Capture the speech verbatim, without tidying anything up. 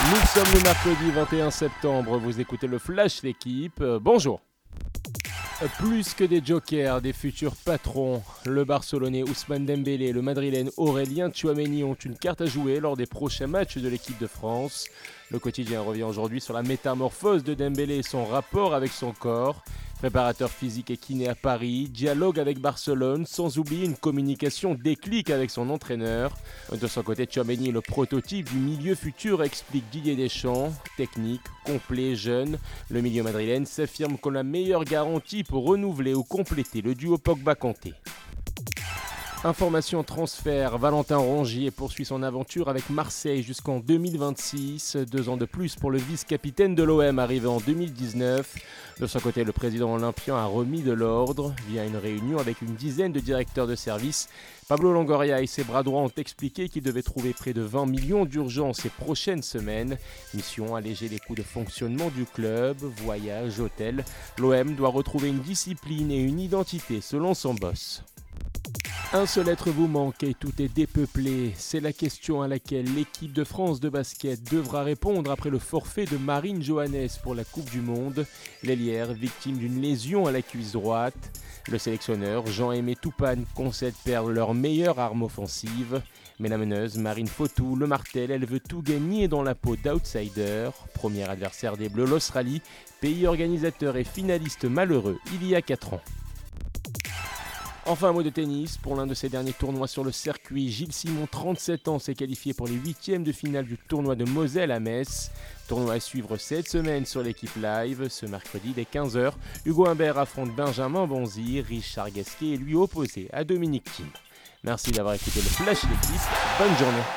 Nous sommes le mercredi vingt et un septembre, vous écoutez le Flash L'équipe, euh, bonjour. Plus que des jokers, des futurs patrons, le Barcelonais Ousmane Dembélé et le Madrilène Aurélien Tchouaméni ont une carte à jouer lors des prochains matchs de l'équipe de France. Le quotidien revient aujourd'hui sur la métamorphose de Dembélé et son rapport avec son corps. Préparateur physique et kiné à Paris, dialogue avec Barcelone, sans oublier une communication déclic avec son entraîneur. De son côté, Tchouaméni est le prototype du milieu futur, explique Didier Deschamps. Technique, complet, jeune, le milieu madrilène s'affirme comme la meilleure garantie pour renouveler ou compléter le duo Pogba-Kanté. Information transfert, Valentin Rongier poursuit son aventure avec Marseille jusqu'en deux mille vingt-six. Deux ans de plus pour le vice-capitaine de l'O M arrivé en deux mille dix-neuf. De son côté, le président olympien a remis de l'ordre via une réunion avec une dizaine de directeurs de service. Pablo Longoria et ses bras droits ont expliqué qu'il devait trouver près de vingt millions d'urgence ces prochaines semaines. Mission, alléger les coûts de fonctionnement du club, voyage, hôtel. L'O M doit retrouver une discipline et une identité selon son boss. Un seul être vous manque et tout est dépeuplé. C'est la question à laquelle l'équipe de France de basket devra répondre après le forfait de Marine Johannes pour la Coupe du Monde. L'ailière, victime d'une lésion à la cuisse droite. Le sélectionneur, Jean-Aimé Toupane, concède perdre leur meilleure arme offensive. Mais la meneuse, Marine Fautou, le martèle, elle veut tout gagner dans la peau d'outsider. Premier adversaire des Bleus, l'Australie, pays organisateur et finaliste malheureux il y a quatre ans. Enfin, un mot de tennis. Pour l'un de ses derniers tournois sur le circuit, Gilles Simon, trente-sept ans, s'est qualifié pour les huitièmes de finale du tournoi de Moselle à Metz. Tournoi à suivre cette semaine sur l'équipe live. Ce mercredi, dès quinze heures, Hugo Humbert affronte Benjamin Bonzi. Richard Gasquet est lui opposé à Dominique Thiem. Merci d'avoir écouté le Flash L'équipe. Bonne journée.